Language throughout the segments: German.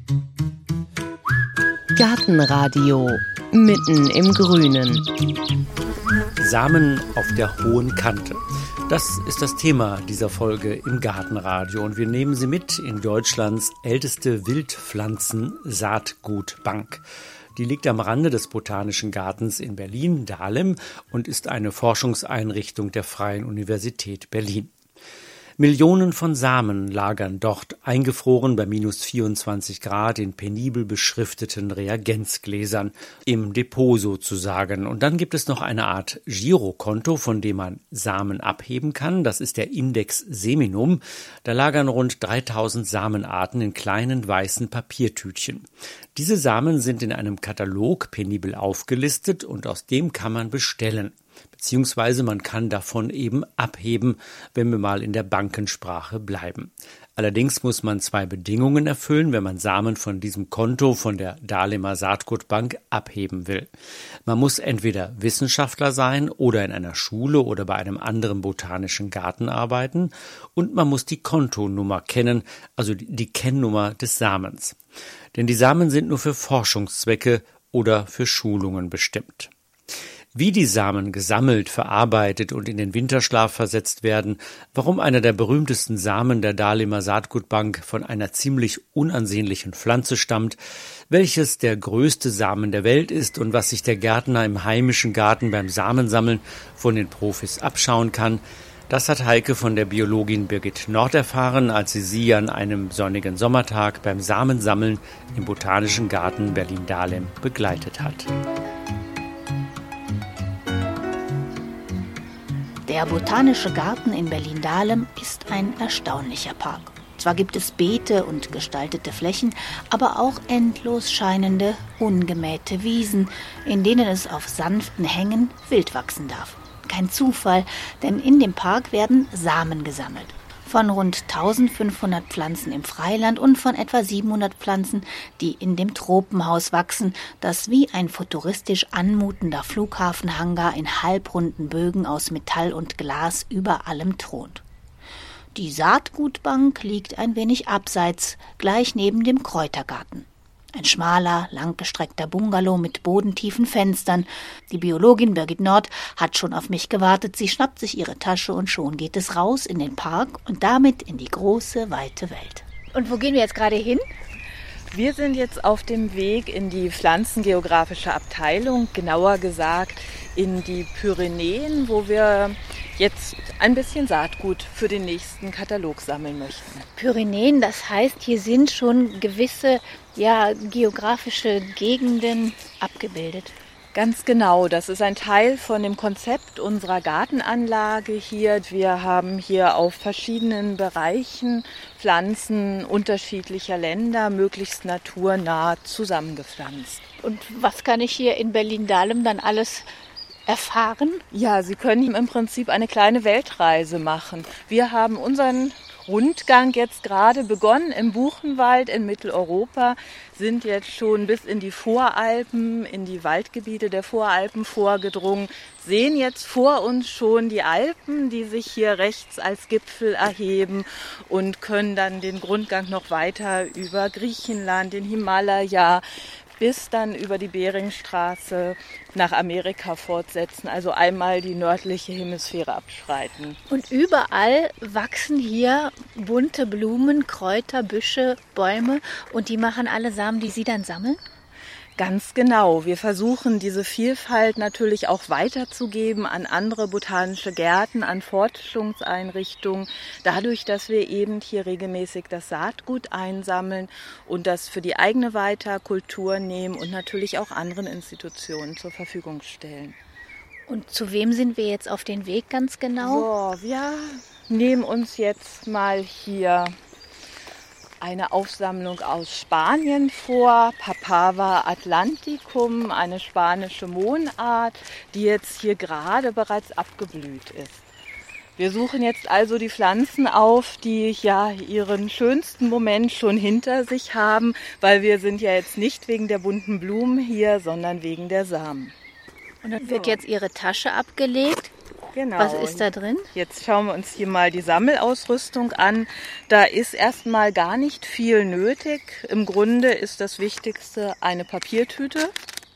Gartenradio mitten im Grünen. Samen auf der hohen Kante. Das ist das Thema dieser Folge im Gartenradio und wir nehmen Sie mit in Deutschlands älteste Wildpflanzen-Saatgutbank. Die liegt am Rande des Botanischen Gartens in Berlin-Dahlem und ist eine Forschungseinrichtung der Freien Universität Berlin. Millionen von Samen lagern dort, eingefroren bei minus 24 Grad in penibel beschrifteten Reagenzgläsern, im Depot sozusagen. Und dann gibt es noch eine Art Girokonto, von dem man Samen abheben kann. Das ist der Index Seminum. Da lagern rund 3000 Samenarten in kleinen weißen Papiertütchen. Diese Samen sind in einem Katalog penibel aufgelistet und aus dem kann man bestellen. Beziehungsweise man kann davon eben abheben, wenn wir mal in der Bankensprache bleiben. Allerdings muss man 2 Bedingungen erfüllen, wenn man Samen von diesem Konto von der Dahlemer Saatgutbank abheben will. Man muss entweder Wissenschaftler sein oder in einer Schule oder bei einem anderen botanischen Garten arbeiten und man muss die Kontonummer kennen, also die Kennnummer des Samens. Denn die Samen sind nur für Forschungszwecke oder für Schulungen bestimmt. Wie die Samen gesammelt, verarbeitet und in den Winterschlaf versetzt werden, warum einer der berühmtesten Samen der Dahlemer Saatgutbank von einer ziemlich unansehnlichen Pflanze stammt, welches der größte Samen der Welt ist und was sich der Gärtner im heimischen Garten beim Samensammeln von den Profis abschauen kann, das hat Heike von der Biologin Birgit Nord erfahren, als sie an einem sonnigen Sommertag beim Samensammeln im Botanischen Garten Berlin-Dahlem begleitet hat. Der Botanische Garten in Berlin-Dahlem ist ein erstaunlicher Park. Zwar gibt es Beete und gestaltete Flächen, aber auch endlos scheinende, ungemähte Wiesen, in denen es auf sanften Hängen wild wachsen darf. Kein Zufall, denn in dem Park werden Samen gesammelt. Von rund 1500 Pflanzen im Freiland und von etwa 700 Pflanzen, die in dem Tropenhaus wachsen, das wie ein futuristisch anmutender Flughafenhangar in halbrunden Bögen aus Metall und Glas über allem thront. Die Saatgutbank liegt ein wenig abseits, gleich neben dem Kräutergarten. Ein schmaler, langgestreckter Bungalow mit bodentiefen Fenstern. Die Biologin Birgit Nord hat schon auf mich gewartet. Sie schnappt sich ihre Tasche und schon geht es raus in den Park und damit in die große, weite Welt. Und wo gehen wir jetzt gerade hin? Wir sind jetzt auf dem Weg in die pflanzengeografische Abteilung, genauer gesagt in die Pyrenäen, wo wir jetzt ein bisschen Saatgut für den nächsten Katalog sammeln möchten. Pyrenäen, das heißt, hier sind schon gewisse geografische Gegenden abgebildet. Ganz genau, das ist ein Teil von dem Konzept unserer Gartenanlage hier. Wir haben hier auf verschiedenen Bereichen Pflanzen unterschiedlicher Länder, möglichst naturnah zusammengepflanzt. Und was kann ich hier in Berlin-Dahlem dann alles erfahren? Ja, Sie können im Prinzip eine kleine Weltreise machen. Wir haben unseren Rundgang jetzt gerade begonnen im Buchenwald in Mitteleuropa, sind jetzt schon bis in die Voralpen, in die Waldgebiete der Voralpen vorgedrungen, sehen jetzt vor uns schon die Alpen, die sich hier rechts als Gipfel erheben und können dann den Rundgang noch weiter über Griechenland, den Himalaya, bis dann über die Beringstraße nach Amerika fortsetzen, also einmal die nördliche Hemisphäre abschreiten. Und überall wachsen hier bunte Blumen, Kräuter, Büsche, Bäume und die machen alle Samen, die Sie dann sammeln? Ganz genau. Wir versuchen, diese Vielfalt natürlich auch weiterzugeben an andere botanische Gärten, an Forschungseinrichtungen, dadurch, dass wir eben hier regelmäßig das Saatgut einsammeln und das für die eigene Weiterkultur nehmen und natürlich auch anderen Institutionen zur Verfügung stellen. Und zu wem sind wir jetzt auf den Weg ganz genau? So, wir nehmen uns jetzt mal hier eine Aufsammlung aus Spanien vor, Papaver atlanticum, eine spanische Mohnart, die jetzt hier gerade bereits abgeblüht ist. Wir suchen jetzt also die Pflanzen auf, die ja ihren schönsten Moment schon hinter sich haben, weil wir sind ja jetzt nicht wegen der bunten Blumen hier, sondern wegen der Samen. Und dann wird jetzt Ihre Tasche abgelegt. Genau. Was ist da drin? Jetzt schauen wir uns hier mal die Sammelausrüstung an. Da ist erstmal gar nicht viel nötig. Im Grunde ist das Wichtigste eine Papiertüte,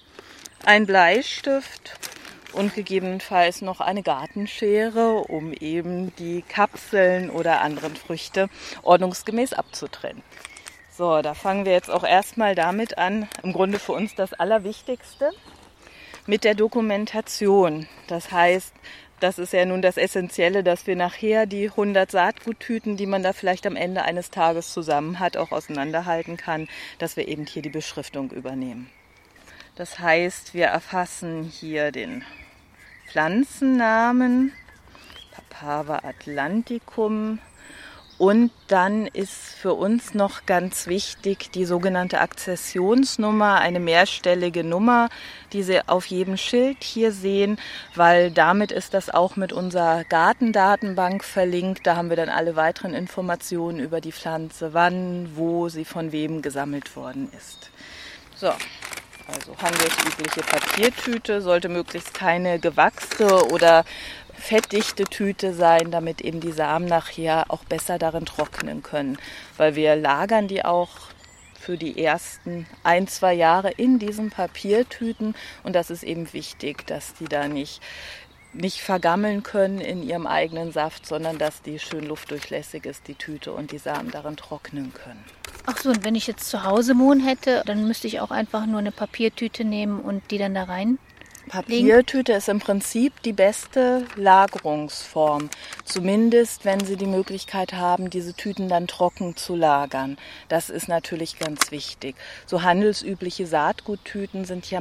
ein Bleistift und gegebenenfalls noch eine Gartenschere, um eben die Kapseln oder anderen Früchte ordnungsgemäß abzutrennen. So, da fangen wir jetzt auch erstmal damit an, im Grunde für uns das Allerwichtigste, mit der Dokumentation. Das heißt, das ist ja nun das Essentielle, dass wir nachher die 100 Saatguttüten, die man da vielleicht am Ende eines Tages zusammen hat, auch auseinanderhalten kann, dass wir eben hier die Beschriftung übernehmen. Das heißt, wir erfassen hier den Pflanzennamen, Papaver atlanticum, und dann ist für uns noch ganz wichtig die sogenannte Akzessionsnummer, eine mehrstellige Nummer, die Sie auf jedem Schild hier sehen, weil damit ist das auch mit unserer Gartendatenbank verlinkt. Da haben wir dann alle weiteren Informationen über die Pflanze, wann, wo sie von wem gesammelt worden ist. So, also handelsübliche Papiertüte, sollte möglichst keine gewachste oder fettdichte Tüte sein, damit eben die Samen nachher auch besser darin trocknen können. Weil wir lagern die auch für die ersten 1-2 Jahre in diesen Papiertüten und das ist eben wichtig, dass die da nicht vergammeln können in ihrem eigenen Saft, sondern dass die schön luftdurchlässig ist, die Tüte, und die Samen darin trocknen können. Ach so, und wenn ich jetzt zu Hause Mohn hätte, dann müsste ich auch einfach nur eine Papiertüte nehmen und die dann da rein? Papiertüte ist im Prinzip die beste Lagerungsform. Zumindest, wenn Sie die Möglichkeit haben, diese Tüten dann trocken zu lagern. Das ist natürlich ganz wichtig. So handelsübliche Saatguttüten sind ja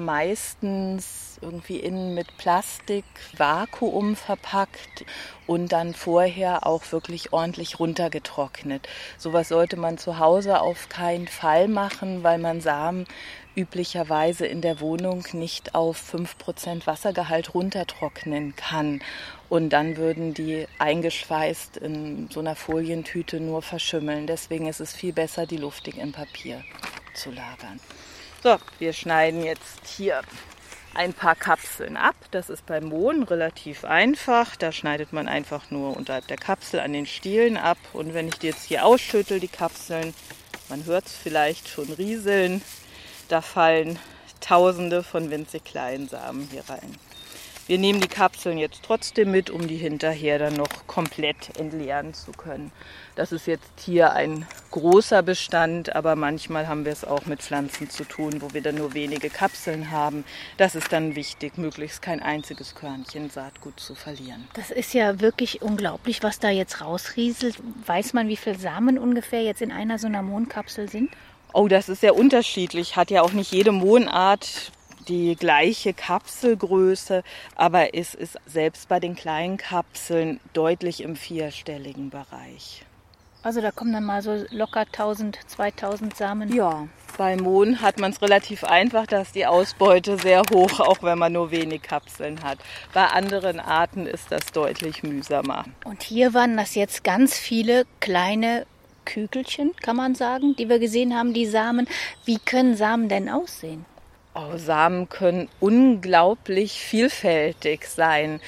meistens irgendwie innen mit Plastik, Vakuum verpackt und dann vorher auch wirklich ordentlich runtergetrocknet. Sowas sollte man zu Hause auf keinen Fall machen, weil man Samen üblicherweise in der Wohnung nicht auf 5% Wassergehalt runtertrocknen kann. Und dann würden die eingeschweißt in so einer Folientüte nur verschimmeln. Deswegen ist es viel besser, die luftig im Papier zu lagern. So, wir schneiden jetzt hier ein paar Kapseln ab. Das ist beim Mohn relativ einfach. Da schneidet man einfach nur unterhalb der Kapsel an den Stielen ab. Und wenn ich die jetzt hier ausschüttel, die Kapseln, man hört es vielleicht schon rieseln, da fallen Tausende von winzig kleinen Samen hier rein. Wir nehmen die Kapseln jetzt trotzdem mit, um die hinterher dann noch komplett entleeren zu können. Das ist jetzt hier ein großer Bestand, aber manchmal haben wir es auch mit Pflanzen zu tun, wo wir dann nur wenige Kapseln haben. Das ist dann wichtig, möglichst kein einziges Körnchen Saatgut zu verlieren. Das ist ja wirklich unglaublich, was da jetzt rausrieselt. Weiß man, wie viele Samen ungefähr jetzt in einer so einer Mohnkapsel sind? Oh, das ist sehr unterschiedlich. Hat ja auch nicht jede Mohnart die gleiche Kapselgröße, aber es ist selbst bei den kleinen Kapseln deutlich im 4-stelligen Bereich. Also da kommen dann mal so locker 1000, 2000 Samen. Ja, bei Mohn hat man es relativ einfach, da ist die Ausbeute sehr hoch, auch wenn man nur wenig Kapseln hat. Bei anderen Arten ist das deutlich mühsamer. Und hier waren das jetzt ganz viele kleine Kügelchen, kann man sagen, die wir gesehen haben, die Samen. Wie können Samen denn aussehen? Oh, Samen können unglaublich vielfältig sein.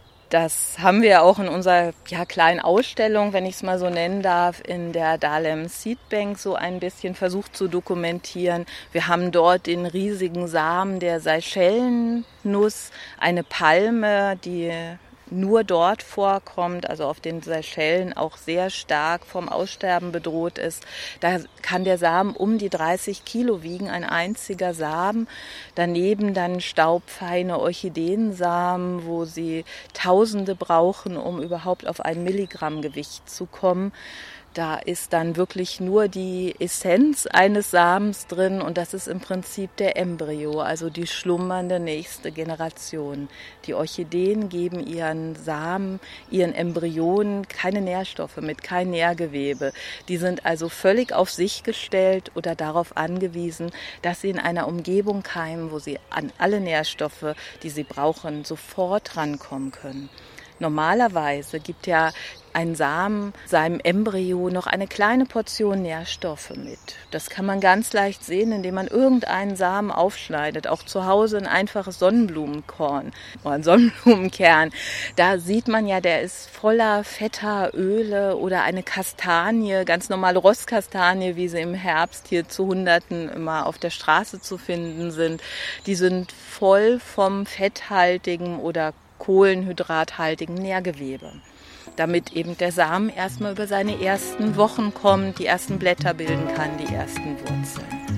Das haben wir auch in unserer kleinen Ausstellung, wenn ich es mal so nennen darf, in der Dahlem Seedbank so ein bisschen versucht zu dokumentieren. Wir haben dort den riesigen Samen der Seychellennuss, eine Palme, die nur dort vorkommt, also auf den Seychellen auch sehr stark vom Aussterben bedroht ist. Da kann der Samen um die 30 Kilo wiegen, ein einziger Samen. Daneben dann staubfeine Orchideensamen, wo sie Tausende brauchen, um überhaupt auf 1 Milligramm Gewicht zu kommen. Da ist dann wirklich nur die Essenz eines Samens drin und das ist im Prinzip der Embryo, also die schlummernde nächste Generation. Die Orchideen geben ihren Samen, ihren Embryonen keine Nährstoffe mit, kein Nährgewebe. Die sind also völlig auf sich gestellt oder darauf angewiesen, dass sie in einer Umgebung keimen, wo sie an alle Nährstoffe, die sie brauchen, sofort rankommen können. Normalerweise gibt ja ein Samen seinem Embryo noch eine kleine Portion Nährstoffe mit. Das kann man ganz leicht sehen, indem man irgendeinen Samen aufschneidet. Auch zu Hause ein einfaches Sonnenblumenkorn oder ein Sonnenblumenkern. Da sieht man ja, der ist voller fetter Öle oder eine Kastanie, ganz normale Rostkastanie, wie sie im Herbst hier zu Hunderten immer auf der Straße zu finden sind. Die sind voll vom fetthaltigen oder kohlenhydrathaltigen Nährgewebe, damit eben der Samen erstmal über seine ersten Wochen kommt, die ersten Blätter bilden kann, die ersten Wurzeln.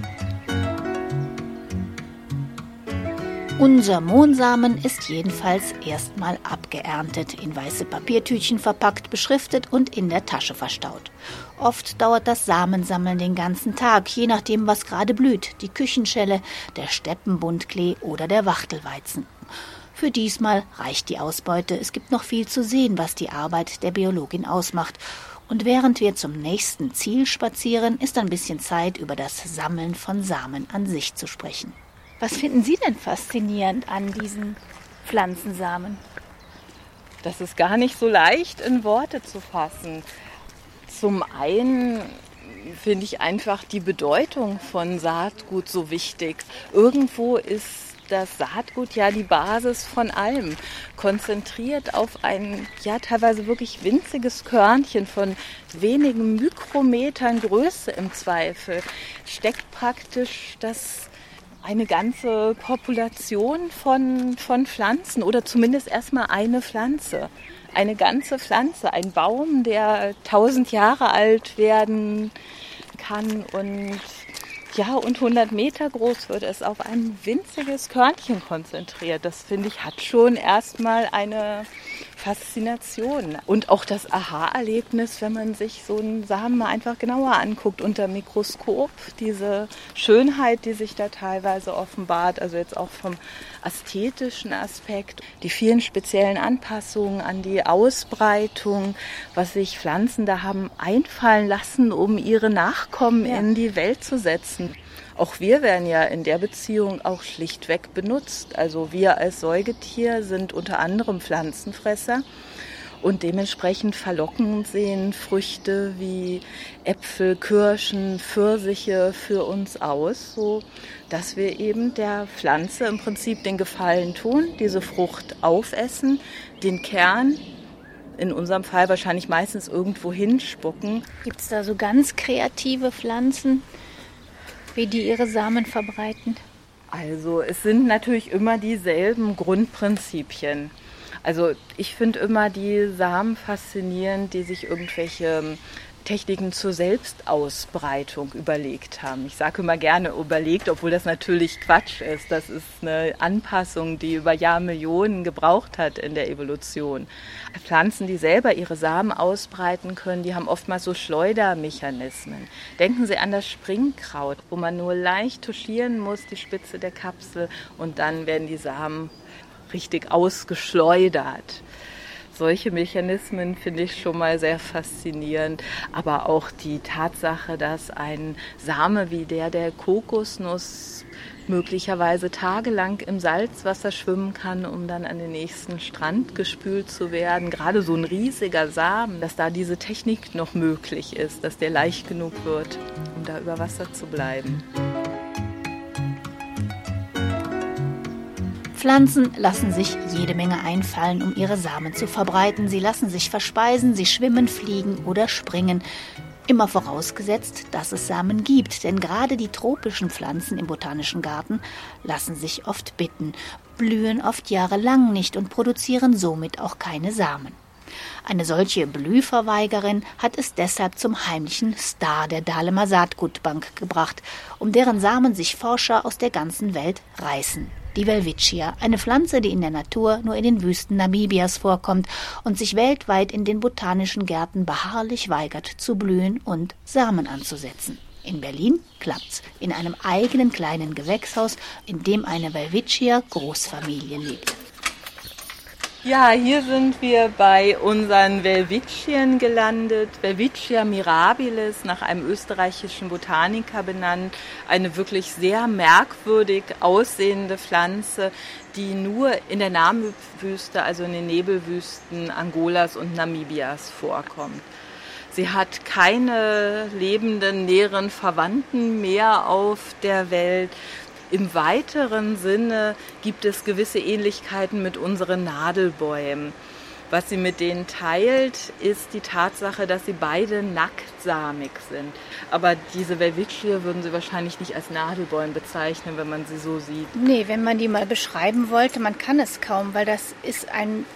Unser Mohnsamen ist jedenfalls erstmal abgeerntet, in weiße Papiertütchen verpackt, beschriftet und in der Tasche verstaut. Oft dauert das Samensammeln den ganzen Tag, je nachdem, was gerade blüht, die Küchenschelle, der Steppenbuntklee oder der Wachtelweizen. Für diesmal reicht die Ausbeute. Es gibt noch viel zu sehen, was die Arbeit der Biologin ausmacht. Und während wir zum nächsten Ziel spazieren, ist ein bisschen Zeit, über das Sammeln von Samen an sich zu sprechen. Was finden Sie denn faszinierend an diesen Pflanzensamen? Das ist gar nicht so leicht in Worte zu fassen. Zum einen finde ich einfach die Bedeutung von Saatgut so wichtig. Irgendwo ist das Saatgut ja die Basis von allem, konzentriert auf ein ja teilweise wirklich winziges Körnchen von wenigen Mikrometern Größe im Zweifel, steckt praktisch eine ganze Population von Pflanzen oder zumindest erstmal eine Pflanze. Eine ganze Pflanze, ein Baum, der 1000 Jahre alt werden kann und 100 Meter groß wird, ist auf ein winziges Körnchen konzentriert. Das, finde ich, hat schon erstmal eine Faszination. Und auch das Aha-Erlebnis, wenn man sich so einen Samen mal einfach genauer anguckt unter Mikroskop. Diese Schönheit, die sich da teilweise offenbart, also jetzt auch vom ästhetischen Aspekt, die vielen speziellen Anpassungen an die Ausbreitung, was sich Pflanzen da haben einfallen lassen, um ihre Nachkommen in die Welt zu setzen. Auch wir werden ja in der Beziehung auch schlichtweg benutzt. Also wir als Säugetier sind unter anderem Pflanzenfresser und dementsprechend verlocken sehen Früchte wie Äpfel, Kirschen, Pfirsiche für uns aus, so dass wir eben der Pflanze im Prinzip den Gefallen tun, diese Frucht aufessen, den Kern in unserem Fall wahrscheinlich meistens irgendwo hinspucken. Gibt es da so ganz kreative Pflanzen, wie die ihre Samen verbreiten? Also es sind natürlich immer dieselben Grundprinzipien. Also ich finde immer die Samen faszinierend, die sich irgendwelche Techniken zur Selbstausbreitung überlegt haben. Ich sage immer gerne überlegt, obwohl das natürlich Quatsch ist. Das ist eine Anpassung, die über Jahrmillionen gebraucht hat in der Evolution. Pflanzen, die selber ihre Samen ausbreiten können, die haben oftmals so Schleudermechanismen. Denken Sie an das Springkraut, wo man nur leicht touchieren muss, die Spitze der Kapsel, und dann werden die Samen richtig ausgeschleudert. Solche Mechanismen finde ich schon mal sehr faszinierend, aber auch die Tatsache, dass ein Same wie der Kokosnuss möglicherweise tagelang im Salzwasser schwimmen kann, um dann an den nächsten Strand gespült zu werden. Gerade so ein riesiger Samen, dass da diese Technik noch möglich ist, dass der leicht genug wird, um da über Wasser zu bleiben. Pflanzen lassen sich jede Menge einfallen, um ihre Samen zu verbreiten. Sie lassen sich verspeisen, sie schwimmen, fliegen oder springen. Immer vorausgesetzt, dass es Samen gibt, denn gerade die tropischen Pflanzen im Botanischen Garten lassen sich oft bitten, blühen oft jahrelang nicht und produzieren somit auch keine Samen. Eine solche Blühverweigerin hat es deshalb zum heimlichen Star der Dahlemer Saatgutbank gebracht, um deren Samen sich Forscher aus der ganzen Welt reißen. Die Welwitschia, eine Pflanze, die in der Natur nur in den Wüsten Namibias vorkommt und sich weltweit in den botanischen Gärten beharrlich weigert zu blühen und Samen anzusetzen. In Berlin klappt's, in einem eigenen kleinen Gewächshaus, in dem eine Welwitschia-Großfamilie lebt. Ja, hier sind wir bei unseren Welwitschien gelandet. Welwitschia mirabilis, nach einem österreichischen Botaniker benannt. Eine wirklich sehr merkwürdig aussehende Pflanze, die nur in der Namib-Wüste, also in den Nebelwüsten Angolas und Namibias vorkommt. Sie hat keine lebenden, näheren Verwandten mehr auf der Welt. Im weiteren Sinne gibt es gewisse Ähnlichkeiten mit unseren Nadelbäumen. Was sie mit denen teilt, ist die Tatsache, dass sie beide nacktsamig sind. Aber diese Welwitschie würden Sie wahrscheinlich nicht als Nadelbäume bezeichnen, wenn man sie so sieht. Nee, wenn man die mal beschreiben wollte, man kann es kaum, weil das ist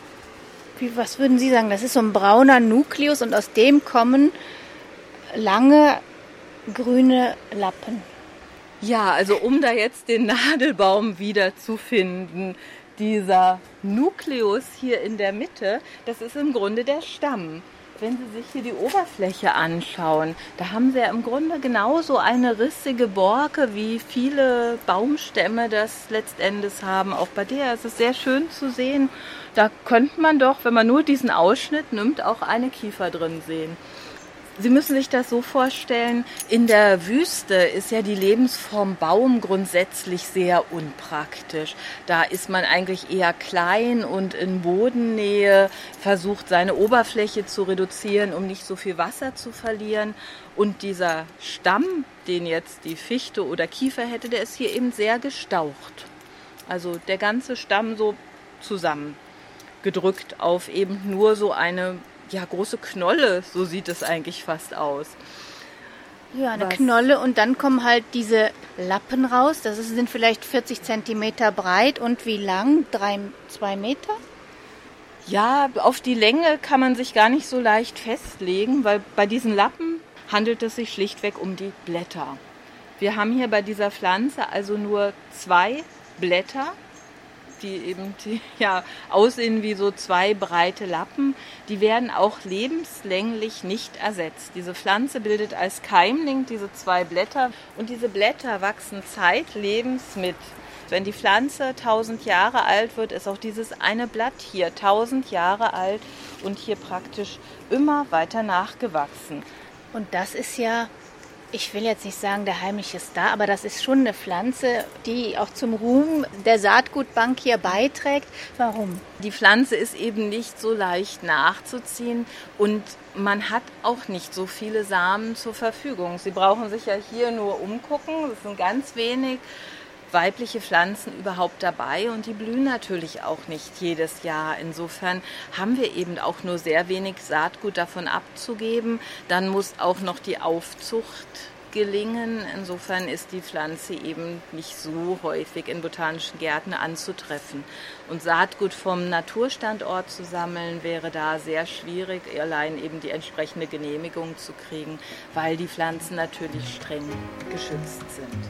was würden Sie sagen, das ist so ein brauner Nukleus und aus dem kommen lange grüne Lappen. Ja, also um da jetzt den Nadelbaum wiederzufinden, dieser Nukleus hier in der Mitte, das ist im Grunde der Stamm. Wenn Sie sich hier die Oberfläche anschauen, da haben Sie ja im Grunde genauso eine rissige Borke, wie viele Baumstämme das letztendlich haben. Auch bei der ist es sehr schön zu sehen. Da könnte man doch, wenn man nur diesen Ausschnitt nimmt, auch eine Kiefer drin sehen. Sie müssen sich das so vorstellen, in der Wüste ist ja die Lebensform Baum grundsätzlich sehr unpraktisch. Da ist man eigentlich eher klein und in Bodennähe, versucht seine Oberfläche zu reduzieren, um nicht so viel Wasser zu verlieren. Und dieser Stamm, den jetzt die Fichte oder Kiefer hätte, der ist hier eben sehr gestaucht. Also der ganze Stamm so zusammengedrückt auf eben nur so eine große Knolle, so sieht es eigentlich fast aus. Ja, eine Knolle und dann kommen halt diese Lappen raus. Das sind vielleicht 40 Zentimeter breit und wie lang? 2 Meter? Ja, auf die Länge kann man sich gar nicht so leicht festlegen, weil bei diesen Lappen handelt es sich schlichtweg um die Blätter. Wir haben hier bei dieser Pflanze also nur 2 Blätter, die eben aussehen wie so 2 breite Lappen. Die werden auch lebenslänglich nicht ersetzt. Diese Pflanze bildet als Keimling diese 2 Blätter und diese Blätter wachsen zeitlebens mit. Wenn die Pflanze 1000 Jahre alt wird, ist auch dieses eine Blatt hier 1000 Jahre alt und hier praktisch immer weiter nachgewachsen. Und das ist ja, ich will jetzt nicht sagen, der heimliche Star, aber das ist schon eine Pflanze, die auch zum Ruhm der Saatgutbank hier beiträgt. Warum? Die Pflanze ist eben nicht so leicht nachzuziehen und man hat auch nicht so viele Samen zur Verfügung. Sie brauchen sich ja hier nur umgucken, es sind ganz wenig weibliche Pflanzen überhaupt dabei und die blühen natürlich auch nicht jedes Jahr. Insofern haben wir eben auch nur sehr wenig Saatgut davon abzugeben. Dann muss auch noch die Aufzucht gelingen. Insofern ist die Pflanze eben nicht so häufig in botanischen Gärten anzutreffen. Und Saatgut vom Naturstandort zu sammeln, wäre da sehr schwierig, allein eben die entsprechende Genehmigung zu kriegen, weil die Pflanzen natürlich streng geschützt sind.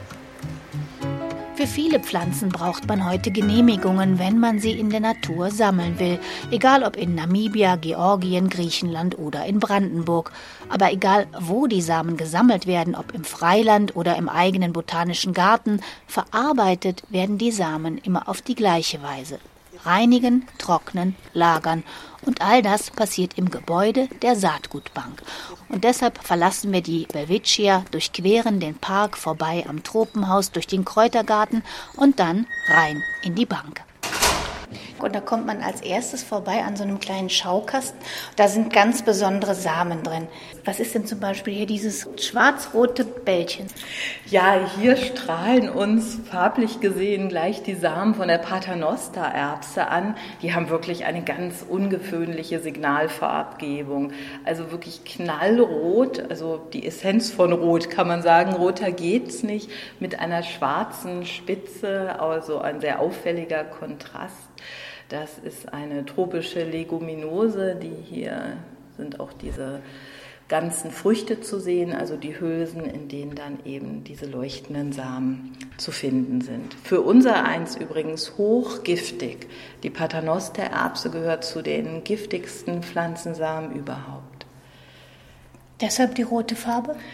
Für viele Pflanzen braucht man heute Genehmigungen, wenn man sie in der Natur sammeln will. Egal ob in Namibia, Georgien, Griechenland oder in Brandenburg. Aber egal, wo die Samen gesammelt werden, ob im Freiland oder im eigenen botanischen Garten, verarbeitet werden die Samen immer auf die gleiche Weise. Reinigen, trocknen, lagern. Und all das passiert im Gebäude der Saatgutbank. Und deshalb verlassen wir die Welwitschia, durchqueren den Park vorbei am Tropenhaus, durch den Kräutergarten und dann rein in die Bank. Und da kommt man als erstes vorbei an so einem kleinen Schaukasten. Da sind ganz besondere Samen drin. Was ist denn zum Beispiel hier dieses schwarz-rote Bällchen? Ja, hier strahlen uns farblich gesehen gleich die Samen von der Paternoster-Erbse an. Die haben wirklich eine ganz ungewöhnliche Signalfarbgebung. Also wirklich knallrot, also die Essenz von Rot kann man sagen. Roter geht's nicht, mit einer schwarzen Spitze, also ein sehr auffälliger Kontrast. Das ist eine tropische Leguminose, hier sind auch diese ganzen Früchte zu sehen, also die Hülsen, in denen dann eben diese leuchtenden Samen zu finden sind. Für unser eins übrigens hochgiftig. Die Paternoster-Erbse gehört zu den giftigsten Pflanzensamen überhaupt. Deshalb die rote Farbe?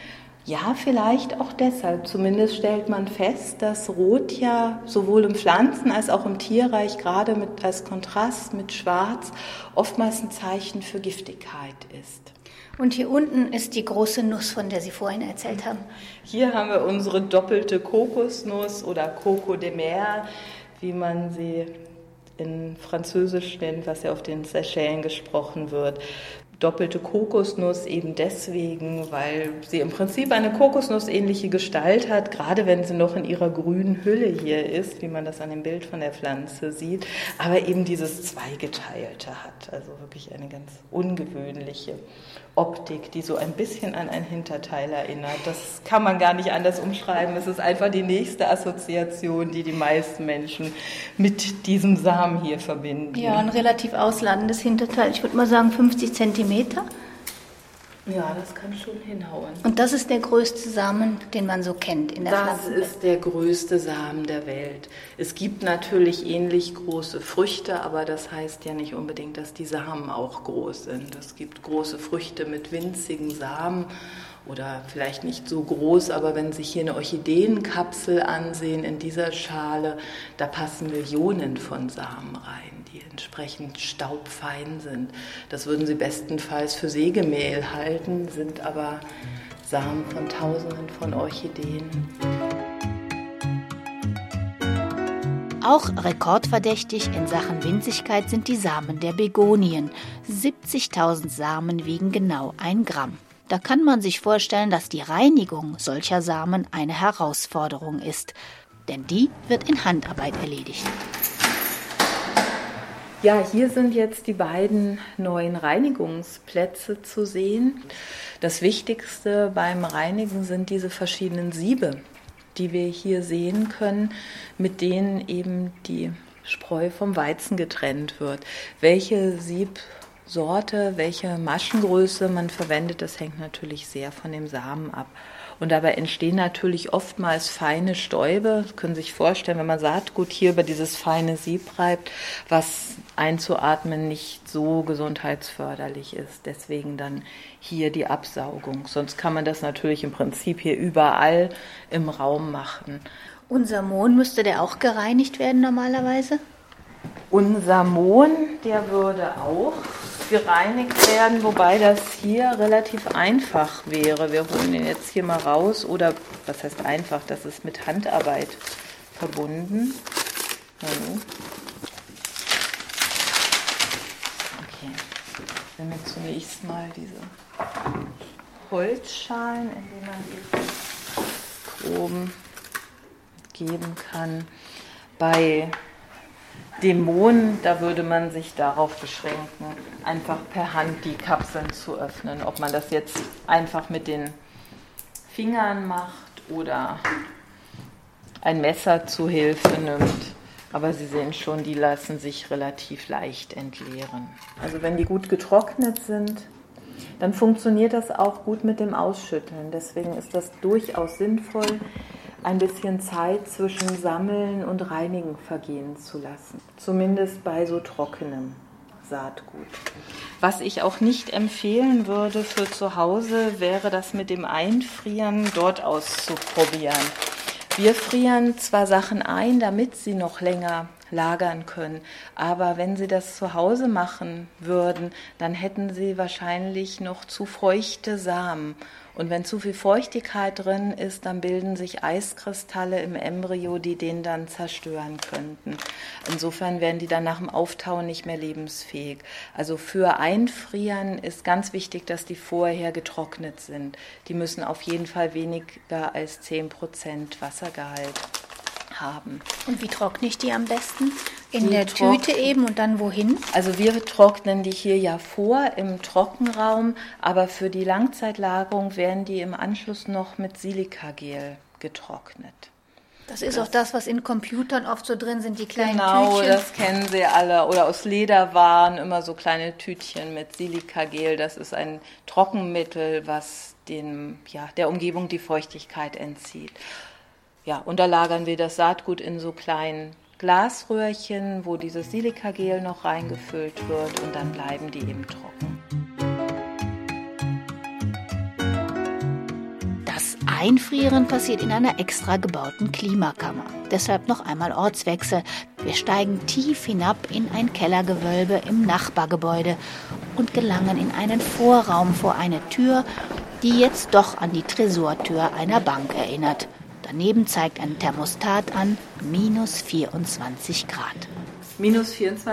Ja, vielleicht auch deshalb. Zumindest stellt man fest, dass Rot ja sowohl im Pflanzen- als auch im Tierreich, gerade als Kontrast mit Schwarz, oftmals ein Zeichen für Giftigkeit ist. Und hier unten ist die große Nuss, von der Sie vorhin erzählt haben. Hier haben wir unsere doppelte Kokosnuss oder Coco de Mer, wie man sie in Französisch nennt, was ja auf den Seychellen gesprochen wird. Doppelte Kokosnuss eben deswegen, weil sie im Prinzip eine Kokosnussähnliche Gestalt hat, gerade wenn sie noch in ihrer grünen Hülle hier ist, wie man das an dem Bild von der Pflanze sieht, aber eben dieses Zweigeteilte hat, also wirklich eine ganz ungewöhnliche Optik, die so ein bisschen an ein Hinterteil erinnert. Das kann man gar nicht anders umschreiben. Es ist einfach die nächste Assoziation, die die meisten Menschen mit diesem Samen hier verbinden. Ja, ein relativ ausladendes Hinterteil. Ich würde mal sagen 50 Zentimeter. Ja, das kann schon hinhauen. Und das ist der größte Samen, den man so kennt in der Pflanzenwelt. Das ist der größte Samen der Welt. Es gibt natürlich ähnlich große Früchte, aber das heißt ja nicht unbedingt, dass die Samen auch groß sind. Es gibt große Früchte mit winzigen Samen oder vielleicht nicht so groß, aber wenn Sie sich hier eine Orchideenkapsel ansehen in dieser Schale, da passen Millionen von Samen rein, die entsprechend staubfein sind. Das würden Sie bestenfalls für Sägemehl halten, sind aber Samen von Tausenden von Orchideen. Auch rekordverdächtig in Sachen Winzigkeit sind die Samen der Begonien. 70.000 Samen wiegen genau 1 Gramm. Da kann man sich vorstellen, dass die Reinigung solcher Samen eine Herausforderung ist. Denn die wird in Handarbeit erledigt. Ja, hier sind jetzt die beiden neuen Reinigungsplätze zu sehen. Das Wichtigste beim Reinigen sind diese verschiedenen Siebe, die wir hier sehen können, mit denen eben die Spreu vom Weizen getrennt wird. Welche Siebsorte, welche Maschengröße man verwendet, das hängt natürlich sehr von dem Samen ab. Und dabei entstehen natürlich oftmals feine Stäube. Sie können sich vorstellen, wenn man Saatgut hier über dieses feine Sieb reibt, was einzuatmen nicht so gesundheitsförderlich ist. Deswegen dann hier die Absaugung. Sonst kann man das natürlich im Prinzip hier überall im Raum machen. Unser Mohn, müsste der auch gereinigt werden normalerweise? Unser Mohn, der würde auch gereinigt werden, wobei das hier relativ einfach wäre. Wir holen den jetzt hier mal raus, oder was heißt einfach, das ist mit Handarbeit verbunden. Okay, ich nehme zunächst mal diese Holzschalen, in denen man die Proben geben kann. Bei dem Mohn, da würde man sich darauf beschränken, einfach per Hand die Kapseln zu öffnen. Ob man das jetzt einfach mit den Fingern macht oder ein Messer zu Hilfe nimmt. Aber Sie sehen schon, die lassen sich relativ leicht entleeren. Also wenn die gut getrocknet sind, dann funktioniert das auch gut mit dem Ausschütteln. Deswegen ist das durchaus sinnvoll, ein bisschen Zeit zwischen Sammeln und Reinigen vergehen zu lassen. Zumindest bei so trockenem Saatgut. Was ich auch nicht empfehlen würde für zu Hause, wäre das mit dem Einfrieren dort auszuprobieren. Wir frieren zwar Sachen ein, damit sie noch länger lagern können, aber wenn Sie das zu Hause machen würden, dann hätten Sie wahrscheinlich noch zu feuchte Samen. Und wenn zu viel Feuchtigkeit drin ist, dann bilden sich Eiskristalle im Embryo, die den dann zerstören könnten. Insofern werden die dann nach dem Auftauen nicht mehr lebensfähig. Also für Einfrieren ist ganz wichtig, dass die vorher getrocknet sind. Die müssen auf jeden Fall weniger als 10% Wassergehalt haben. Und wie trockne ich die am besten? In der Tüte eben und dann wohin? Also wir trocknen die hier ja vor im Trockenraum, aber für die Langzeitlagerung werden die im Anschluss noch mit Silikagel getrocknet. Das ist auch das, was in Computern oft so drin sind, die kleinen Tütchen. Genau, das kennen Sie alle. Oder aus Lederwaren immer so kleine Tütchen mit Silikagel. Das ist ein Trockenmittel, was der Umgebung die Feuchtigkeit entzieht. Ja, und da lagern wir das Saatgut in so kleinen Glasröhrchen, wo dieses Silikagel noch reingefüllt wird, und dann bleiben die eben trocken. Das Einfrieren passiert in einer extra gebauten Klimakammer. Deshalb noch einmal Ortswechsel. Wir steigen tief hinab in ein Kellergewölbe im Nachbargebäude und gelangen in einen Vorraum vor eine Tür, die jetzt doch an die Tresortür einer Bank erinnert. Daneben zeigt ein Thermostat an minus 24 Grad. Minus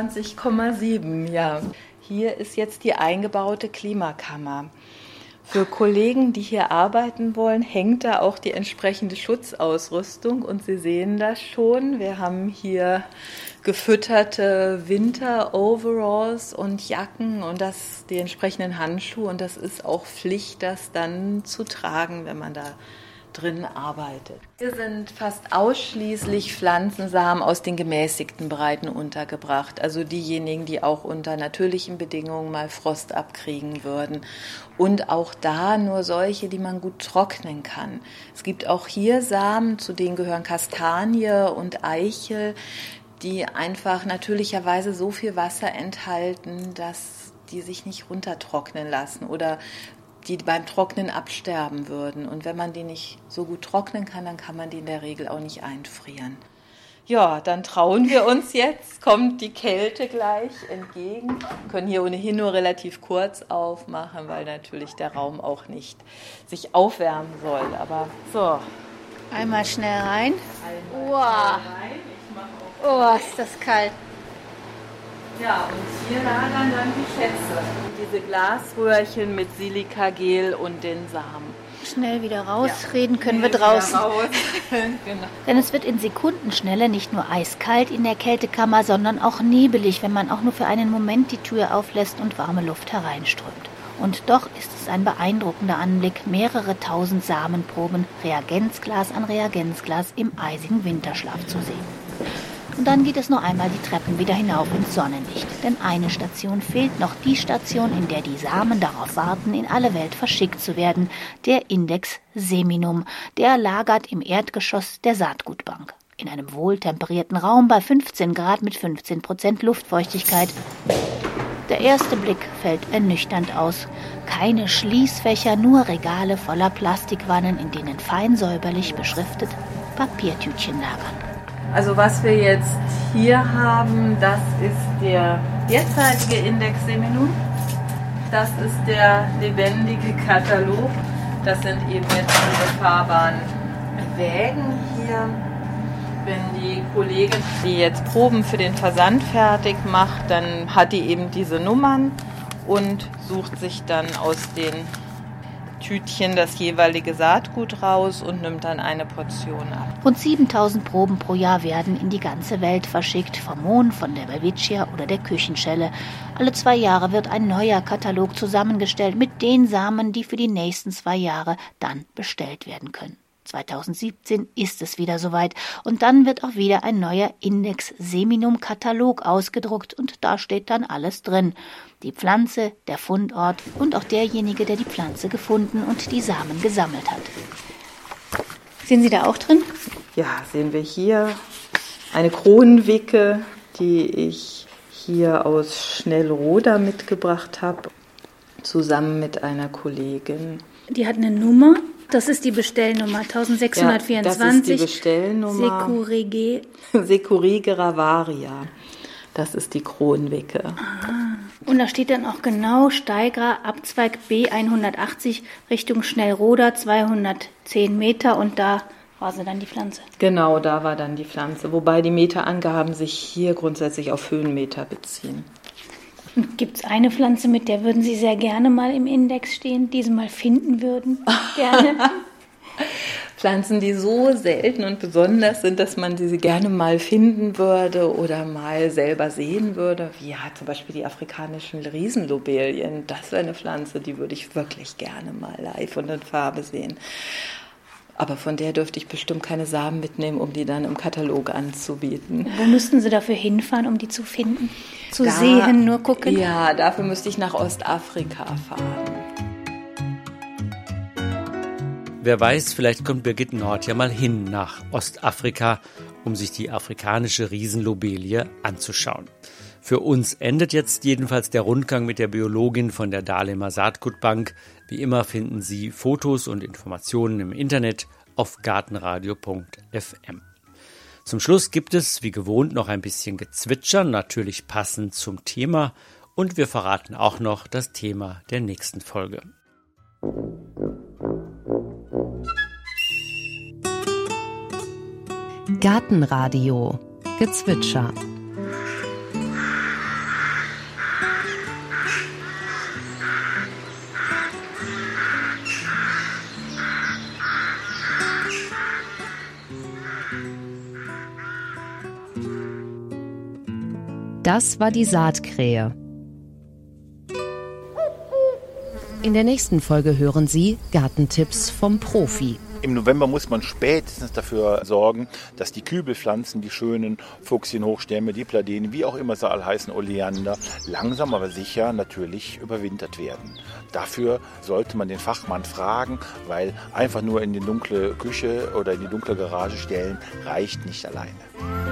24,7, ja. Hier ist jetzt die eingebaute Klimakammer. Für Kollegen, die hier arbeiten wollen, hängt da auch die entsprechende Schutzausrüstung. Und Sie sehen das schon. Wir haben hier gefütterte Winter-Overalls und Jacken und die entsprechenden Handschuhe. Und das ist auch Pflicht, das dann zu tragen, wenn man da drin arbeitet. Hier sind fast ausschließlich Pflanzensamen aus den gemäßigten Breiten untergebracht. Also diejenigen, die auch unter natürlichen Bedingungen mal Frost abkriegen würden. Und auch da nur solche, die man gut trocknen kann. Es gibt auch hier Samen, zu denen gehören Kastanie und Eichel, die einfach natürlicherweise so viel Wasser enthalten, dass die sich nicht runtertrocknen lassen oder die beim Trocknen absterben würden. Und wenn man die nicht so gut trocknen kann, dann kann man die in der Regel auch nicht einfrieren. Ja, dann trauen wir uns jetzt, kommt die Kälte gleich entgegen. Wir können hier ohnehin nur relativ kurz aufmachen, weil natürlich der Raum auch nicht sich aufwärmen soll. Aber so. Einmal schnell rein. Wow. Oh, ist das kalt. Ja, und hier lagern dann die Schätze. Diese Glasröhrchen mit Silikagel und den Samen. Schnell wieder rausreden können wir draußen. Genau. Denn es wird in Sekundenschnelle nicht nur eiskalt in der Kältekammer, sondern auch nebelig, wenn man auch nur für einen Moment die Tür auflässt und warme Luft hereinströmt. Und doch ist es ein beeindruckender Anblick, mehrere tausend Samenproben, Reagenzglas an Reagenzglas im eisigen Winterschlaf zu sehen. Und dann geht es noch einmal die Treppen wieder hinauf ins Sonnenlicht. Denn eine Station fehlt noch, die Station, in der die Samen darauf warten, in alle Welt verschickt zu werden. Der Index Seminum, der lagert im Erdgeschoss der Saatgutbank. In einem wohltemperierten Raum bei 15 Grad mit 15% Luftfeuchtigkeit. Der erste Blick fällt ernüchternd aus. Keine Schließfächer, nur Regale voller Plastikwannen, in denen fein säuberlich beschriftet Papiertütchen lagern. Also was wir jetzt hier haben, das ist der derzeitige Index Seminum. Das ist der lebendige Katalog. Das sind eben jetzt diese fahrbaren Wägen hier. Wenn die Kollegin, die jetzt Proben für den Versand fertig macht, dann hat die eben diese Nummern und sucht sich dann aus den Tütchen das jeweilige Saatgut raus und nimmt dann eine Portion ab. Rund 7000 Proben pro Jahr werden in die ganze Welt verschickt, vom Mohn, von der Welwitschia oder der Küchenschelle. Alle 2 Jahre wird ein neuer Katalog zusammengestellt mit den Samen, die für die nächsten 2 Jahre dann bestellt werden können. 2017 ist es wieder soweit und dann wird auch wieder ein neuer Index Seminum Katalog ausgedruckt und da steht dann alles drin. Die Pflanze, der Fundort und auch derjenige, der die Pflanze gefunden und die Samen gesammelt hat. Sehen Sie da auch drin? Ja, sehen wir hier eine Kronenwicke, die ich hier aus Schnellroda mitgebracht habe, zusammen mit einer Kollegin. Die hat eine Nummer. Das ist die Bestellnummer 1624. Ja, das ist die Bestellnummer. Securigera varia. Das ist die Kronwicke. Ah. Und da steht dann auch genau Steigra, Abzweig B180 Richtung Schnellroda, 210 Meter und da war sie dann die Pflanze. Genau, da war dann die Pflanze. Wobei die Meterangaben sich hier grundsätzlich auf Höhenmeter beziehen. Gibt es eine Pflanze, mit der würden Sie sehr gerne mal im Index stehen, die Sie mal finden würden? Gerne. Pflanzen, die so selten und besonders sind, dass man sie gerne mal finden würde oder mal selber sehen würde. Wie ja, zum Beispiel die afrikanischen Riesenlobelien. Das wäre eine Pflanze, die würde ich wirklich gerne mal live und in Farbe sehen. Aber von der dürfte ich bestimmt keine Samen mitnehmen, um die dann im Katalog anzubieten. Wo müssten Sie dafür hinfahren, um die zu finden? Zu sehen, nur gucken? Ja, dafür müsste ich nach Ostafrika fahren. Wer weiß, vielleicht kommt Birgit Nord ja mal hin nach Ostafrika, um sich die afrikanische Riesenlobelie anzuschauen. Für uns endet jetzt jedenfalls der Rundgang mit der Biologin von der Dahlemer Saatgutbank. Wie immer finden Sie Fotos und Informationen im Internet auf gartenradio.fm. Zum Schluss gibt es, wie gewohnt, noch ein bisschen Gezwitscher, natürlich passend zum Thema. Und wir verraten auch noch das Thema der nächsten Folge. Gartenradio Gezwitscher. Das war die Saatkrähe. In der nächsten Folge hören Sie Gartentipps vom Profi. Im November muss man spätestens dafür sorgen, dass die Kübelpflanzen, die schönen Fuchsienhochstämme, die Pladenen, wie auch immer sie alle heißen, Oleander, langsam aber sicher natürlich überwintert werden. Dafür sollte man den Fachmann fragen, weil einfach nur in die dunkle Küche oder in die dunkle Garage stellen reicht nicht alleine.